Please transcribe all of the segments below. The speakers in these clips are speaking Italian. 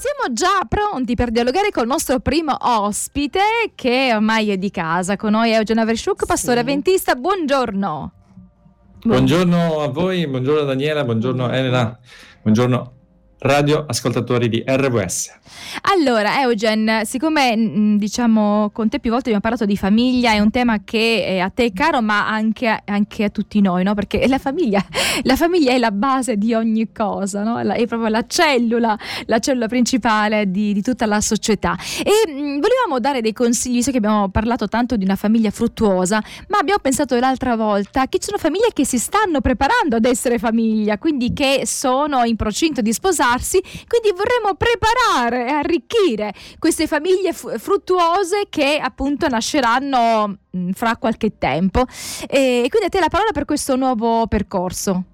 siamo già pronti per dialogare col nostro primo ospite, che ormai è di casa. Con noi è Eugen Averciuk, pastore avventista. Buongiorno. Buongiorno a voi, buongiorno Daniela, buongiorno Elena, buongiorno radio ascoltatori di RWS. Allora, Eugen, siccome diciamo con te più volte abbiamo parlato di famiglia, è un tema che è a te caro, ma anche a tutti noi, no? Perché la famiglia è la base di ogni cosa, no? È proprio la cellula principale di tutta la società. E volevamo dare dei consigli, so che abbiamo parlato tanto di una famiglia fruttuosa, ma abbiamo pensato l'altra volta che ci sono famiglie che si stanno preparando ad essere famiglia, quindi che sono in procinto di sposarsi, quindi vorremmo preparare e arricchire queste famiglie fruttuose che appunto nasceranno fra qualche tempo. E quindi a te la parola per questo nuovo percorso.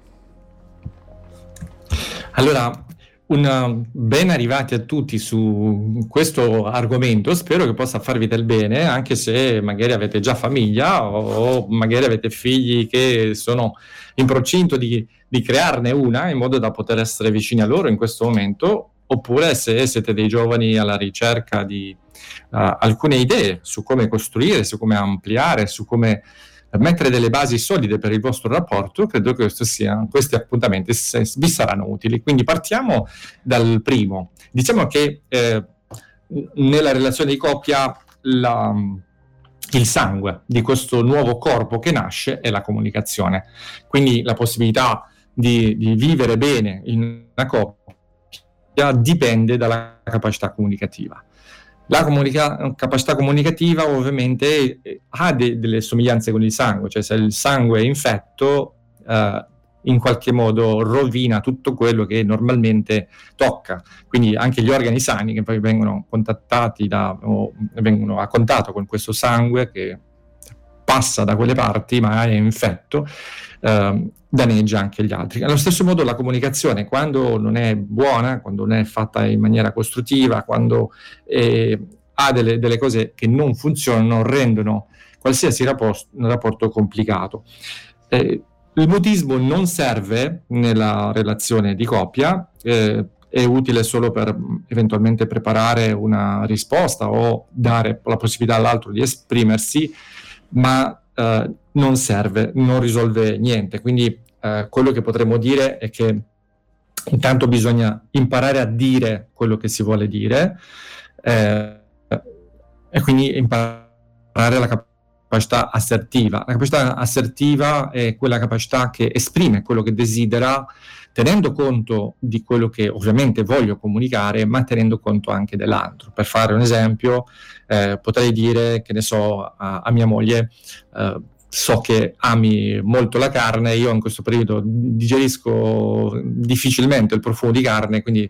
Allora, ben arrivati a tutti su questo argomento. Spero che possa farvi del bene, anche se magari avete già famiglia o magari avete figli che sono in procinto di crearne una, in modo da poter essere vicini a loro in questo momento, oppure se siete dei giovani alla ricerca di alcune idee su come costruire, su come ampliare, su come mettere delle basi solide per il vostro rapporto. Credo che questi appuntamenti vi saranno utili. Quindi partiamo dal primo. Diciamo che nella relazione di coppia il sangue di questo nuovo corpo che nasce è la comunicazione. Quindi la possibilità di vivere bene in una coppia dipende dalla capacità comunicativa. La capacità comunicativa ovviamente ha delle somiglianze con il sangue, cioè se il sangue è infetto in qualche modo rovina tutto quello che normalmente tocca, quindi anche gli organi sani che poi vengono contattati o vengono a contatto con questo sangue che passa da quelle parti ma è infetto, danneggia anche gli altri. Allo stesso modo la comunicazione, quando non è buona, quando non è fatta in maniera costruttiva, quando ha delle cose che non funzionano, rendono qualsiasi rapporto complicato. Il mutismo non serve nella relazione di coppia, è utile solo per eventualmente preparare una risposta o dare la possibilità all'altro di esprimersi, ma non serve, non risolve niente. Quindi quello che potremmo dire è che intanto bisogna imparare a dire quello che si vuole dire, e quindi imparare la capacità assertiva. La capacità assertiva è quella capacità che esprime quello che desidera, tenendo conto di quello che ovviamente voglio comunicare, ma tenendo conto anche dell'altro. Per fare un esempio, potrei dire, che ne so, a mia moglie, so che ami molto la carne, io in questo periodo digerisco difficilmente il profumo di carne, quindi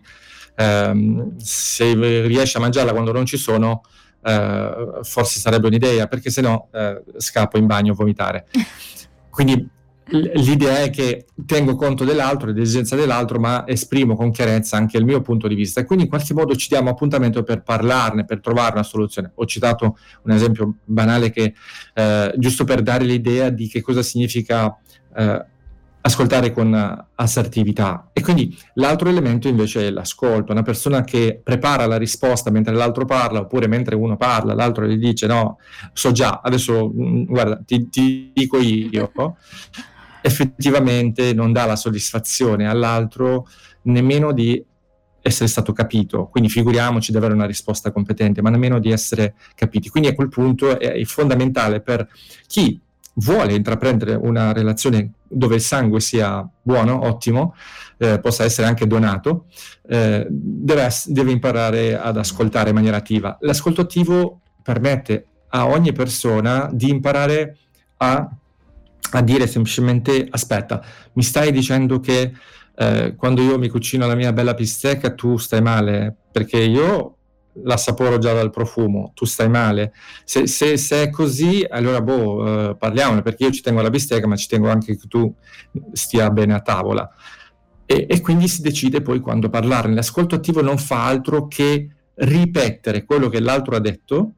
se riesci a mangiarla quando non ci sono, forse sarebbe un'idea, perché sennò scappo in bagno a vomitare. Quindi l'idea è che tengo conto dell'altro, dell'esigenza dell'altro, ma esprimo con chiarezza anche il mio punto di vista, e quindi in qualche modo ci diamo appuntamento per parlarne, per trovare una soluzione. Ho citato un esempio banale che giusto per dare l'idea di che cosa significa ascoltare con assertività. E quindi l'altro elemento invece è l'ascolto. Una persona che prepara la risposta mentre l'altro parla, oppure mentre uno parla l'altro gli dice no, so già, adesso guarda, ti dico io, effettivamente non dà la soddisfazione all'altro nemmeno di essere stato capito, quindi figuriamoci di avere una risposta competente, ma nemmeno di essere capiti. Quindi a quel punto è fondamentale per chi vuole intraprendere una relazione dove il sangue sia buono, ottimo, possa essere anche donato, deve imparare ad ascoltare in maniera attiva. L'ascolto attivo permette a ogni persona di imparare a dire semplicemente: aspetta, mi stai dicendo che quando io mi cucino la mia bella bistecca tu stai male, perché io la assaporo già dal profumo, tu stai male. Se è così, allora parliamone, perché io ci tengo alla bistecca, ma ci tengo anche che tu stia bene a tavola. E quindi si decide poi quando parlarne. L'ascolto attivo non fa altro che ripetere quello che l'altro ha detto,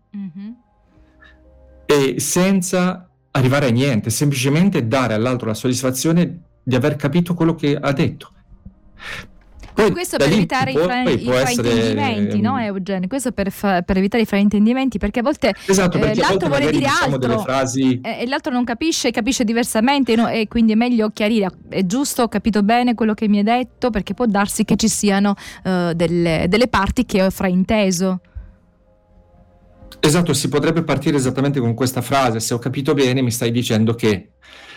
e senza arrivare a niente, semplicemente dare all'altro la soddisfazione di aver capito quello che ha detto. Poi questo da per lì evitare i può essere fraintendimenti, no, Eugen? Questo per evitare i fraintendimenti, perché a volte esatto, perché a l'altro volte vuole magari dire diciamo delle altro frasi. e l'altro non capisce, capisce diversamente, no? E quindi è meglio chiarire: è giusto, ho capito bene quello che mi hai detto, perché può darsi che ci siano delle parti che ho frainteso. Esatto, si potrebbe partire esattamente con questa frase: se ho capito bene mi stai dicendo che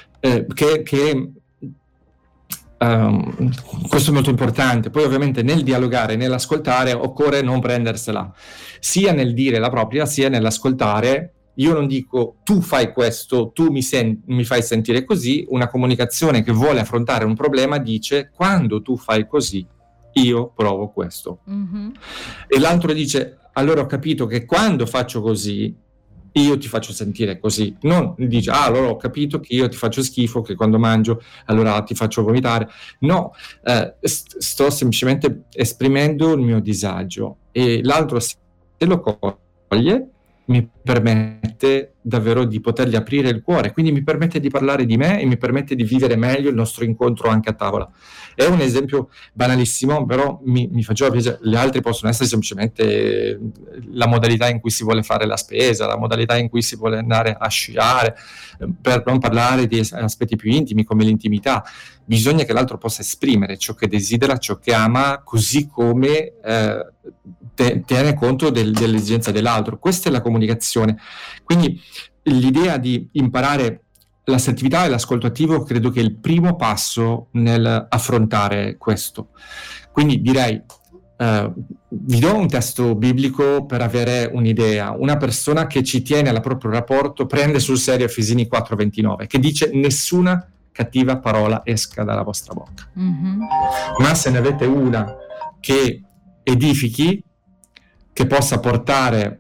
questo è molto importante. Poi ovviamente nel dialogare, nell'ascoltare, occorre non prendersela, sia nel dire la propria, sia nell'ascoltare. Io non dico tu fai questo, tu mi fai sentire così. Una comunicazione che vuole affrontare un problema dice: quando tu fai così, io provo questo. Mm-hmm. E l'altro dice: allora ho capito che quando faccio così io ti faccio sentire così. Non dice: allora ho capito che io ti faccio schifo, che quando mangio allora ti faccio vomitare. No, sto semplicemente esprimendo il mio disagio, e l'altro, se lo coglie, mi permette davvero di potergli aprire il cuore, quindi mi permette di parlare di me e mi permette di vivere meglio il nostro incontro anche a tavola. È un esempio banalissimo, però mi faceva piacere. Gli altri possono essere semplicemente la modalità in cui si vuole fare la spesa, la modalità in cui si vuole andare a sciare, per non parlare di aspetti più intimi come l'intimità. Bisogna che l'altro possa esprimere ciò che desidera, ciò che ama, così come tiene conto dell'esigenza dell'altro. Questa è la comunicazione. Quindi l'idea di imparare l'assertività e l'ascolto attivo credo che è il primo passo nel affrontare questo. Quindi direi, vi do un testo biblico per avere un'idea. Una persona che ci tiene al proprio rapporto prende sul serio Efesini 4:29, che dice: nessuna cattiva parola esca dalla vostra bocca. Mm-hmm. Ma se ne avete una che edifichi, che possa portare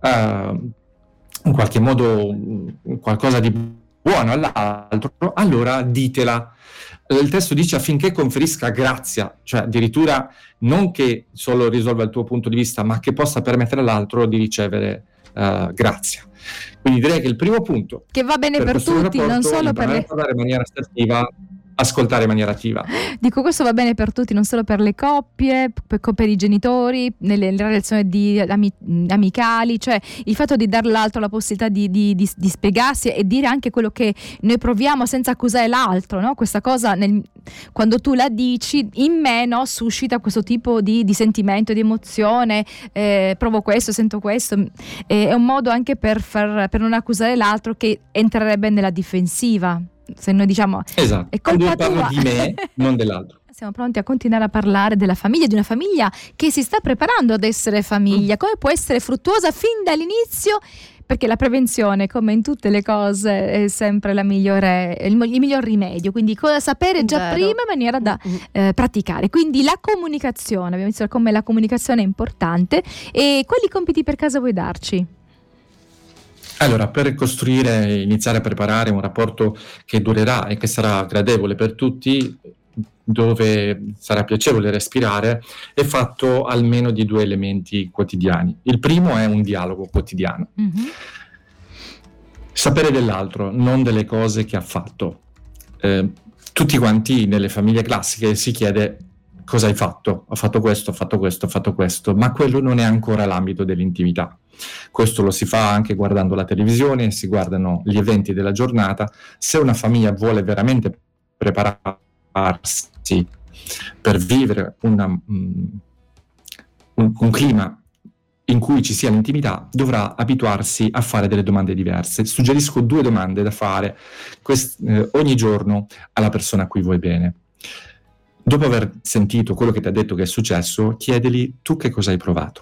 in qualche modo qualcosa di buono all'altro, allora ditela. Il testo dice: affinché conferisca grazia, cioè addirittura non che solo risolva il tuo punto di vista, ma che possa permettere all'altro di ricevere grazia. Quindi direi che il primo punto, che va bene per tutti, non solo per le... parlare in maniera assertiva, ascoltare in maniera attiva. Dico, questo va bene per tutti, non solo per le coppie, per i genitori, nelle relazioni amicali, cioè il fatto di dare all'altro la possibilità di spiegarsi e dire anche quello che noi proviamo senza accusare l'altro, no? Questa cosa, quando tu la dici, in me, no, suscita questo tipo di sentimento, di emozione, provo questo, sento questo, è un modo anche per non accusare l'altro, che entrerebbe nella difensiva. Se noi diciamo esatto, è colpa io parlo tua, di me, non dell'altro. Siamo pronti a continuare a parlare della famiglia, di una famiglia che si sta preparando ad essere famiglia, come può essere fruttuosa fin dall'inizio, perché la prevenzione, come in tutte le cose, è sempre il miglior rimedio, quindi cosa sapere già prima in maniera da praticare. Quindi la comunicazione, abbiamo visto come la comunicazione è importante. E quali compiti per casa vuoi darci? Allora, per iniziare a preparare un rapporto che durerà e che sarà gradevole per tutti, dove sarà piacevole respirare, è fatto almeno di 2 elementi quotidiani. Il primo è un dialogo quotidiano. Mm-hmm. Sapere dell'altro, non delle cose che ha fatto. Tutti quanti nelle famiglie classiche si chiede: cosa hai fatto? Ho fatto questo, ho fatto questo, ho fatto questo, ma quello non è ancora l'ambito dell'intimità. Questo lo si fa anche guardando la televisione, si guardano gli eventi della giornata. Se una famiglia vuole veramente prepararsi per vivere un clima in cui ci sia l'intimità, dovrà abituarsi a fare delle domande diverse. Suggerisco 2 domande da fare ogni giorno alla persona a cui vuoi bene. Dopo aver sentito quello che ti ha detto che è successo, chiedili: tu che cosa hai provato?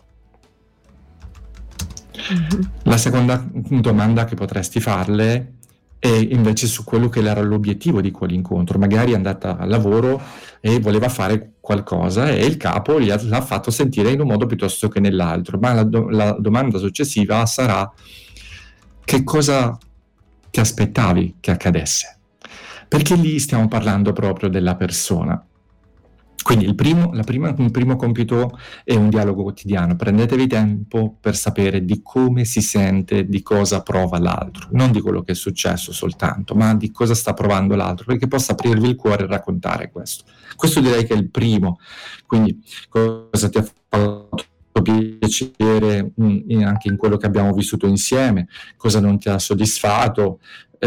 La seconda domanda che potresti farle è invece su quello che era l'obiettivo di quell'incontro. Magari è andata al lavoro e voleva fare qualcosa e il capo l'ha fatto sentire in un modo piuttosto che nell'altro, ma la domanda successiva sarà: che cosa ti aspettavi che accadesse? Perché lì stiamo parlando proprio della persona. Quindi il primo compito è un dialogo quotidiano. Prendetevi tempo per sapere di come si sente, di cosa prova l'altro, non di quello che è successo soltanto, ma di cosa sta provando l'altro, perché possa aprirvi il cuore e raccontare questo. Questo direi che è il primo. Quindi cosa ti ha fatto piacere anche in quello che abbiamo vissuto insieme, cosa non ti ha soddisfatto,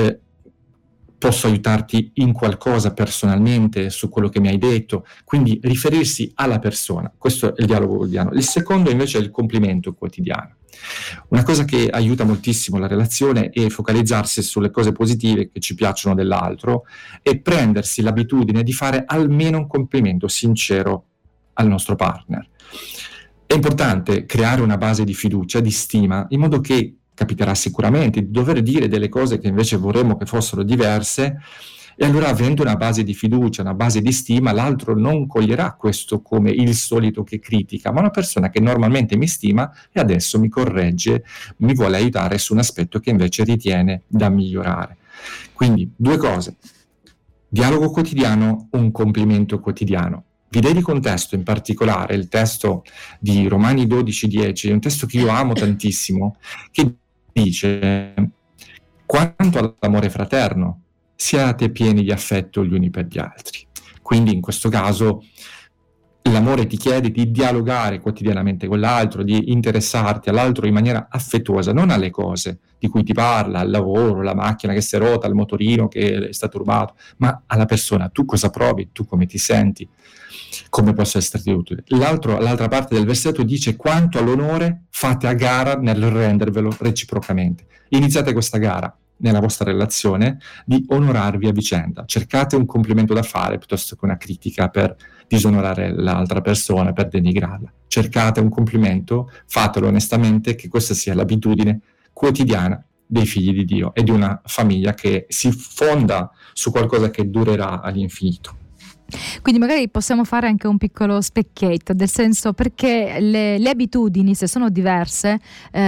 posso aiutarti in qualcosa personalmente su quello che mi hai detto, quindi riferirsi alla persona, questo è il dialogo quotidiano. Il secondo invece è il complimento quotidiano. Una cosa che aiuta moltissimo la relazione è focalizzarsi sulle cose positive che ci piacciono dell'altro e prendersi l'abitudine di fare almeno un complimento sincero al nostro partner. È importante creare una base di fiducia, di stima, in modo che capiterà sicuramente di dover dire delle cose che invece vorremmo che fossero diverse, e allora avendo una base di fiducia, una base di stima, l'altro non coglierà questo come il solito che critica, ma una persona che normalmente mi stima e adesso mi corregge, mi vuole aiutare su un aspetto che invece ritiene da migliorare. Quindi 2 cose: dialogo quotidiano, un complimento quotidiano. Vi dedico un testo in particolare, il testo di Romani 12:10, è un testo che io amo tantissimo, che dice: quanto all'amore fraterno, siate pieni di affetto gli uni per gli altri. Quindi in questo caso l'amore ti chiede di dialogare quotidianamente con l'altro, di interessarti all'altro in maniera affettuosa, non alle cose di cui ti parla, al lavoro, la macchina che si è rotta, il motorino che è stato rubato, ma alla persona. Tu cosa provi? Tu come ti senti? Come posso esserti utile? L'altra parte del versetto dice: quanto all'onore, fate a gara nel rendervelo reciprocamente. Iniziate questa gara nella vostra relazione di onorarvi a vicenda. Cercate un complimento da fare piuttosto che una critica per disonorare l'altra persona, per denigrarla. Cercate un complimento, fatelo onestamente, che questa sia l'abitudine quotidiana dei figli di Dio e di una famiglia che si fonda su qualcosa che durerà all'infinito. Quindi magari possiamo fare anche un piccolo specchietto, nel senso, perché le abitudini, se sono diverse,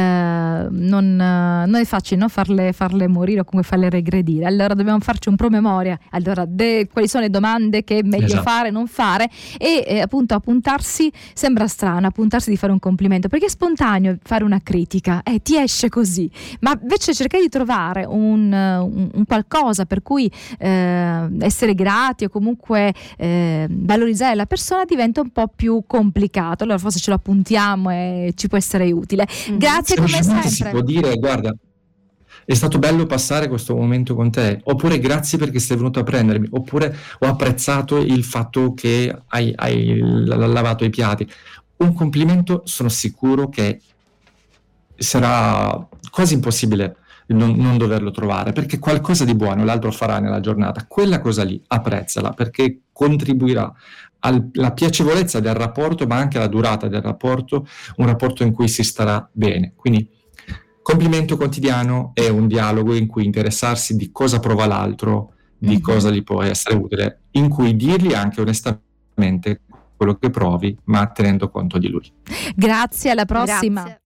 non è facile, no? farle morire o comunque farle regredire. Allora dobbiamo farci un promemoria, allora quali sono le domande che è meglio fare, non fare, e appunto appuntarsi, sembra strano appuntarsi di fare un complimento, perché è spontaneo fare una critica, ti esce così, ma invece cercare di trovare un qualcosa per cui essere grati o comunque valorizzare la persona diventa un po' più complicato. Allora forse ce lo appuntiamo e ci può essere utile. Grazie come sempre. Si può dire: guarda, è stato bello passare questo momento con te, oppure grazie perché sei venuto a prendermi, oppure ho apprezzato il fatto che hai lavato i piatti. Un complimento sono sicuro che sarà quasi impossibile non doverlo trovare, perché qualcosa di buono l'altro farà nella giornata. Quella cosa lì apprezzala, perché contribuirà alla piacevolezza del rapporto, ma anche alla durata del rapporto, un rapporto in cui si starà bene. Quindi complimento quotidiano è un dialogo in cui interessarsi di cosa prova l'altro, di cosa gli può essere utile, in cui dirgli anche onestamente quello che provi, ma tenendo conto di lui. Grazie, alla prossima. Grazie.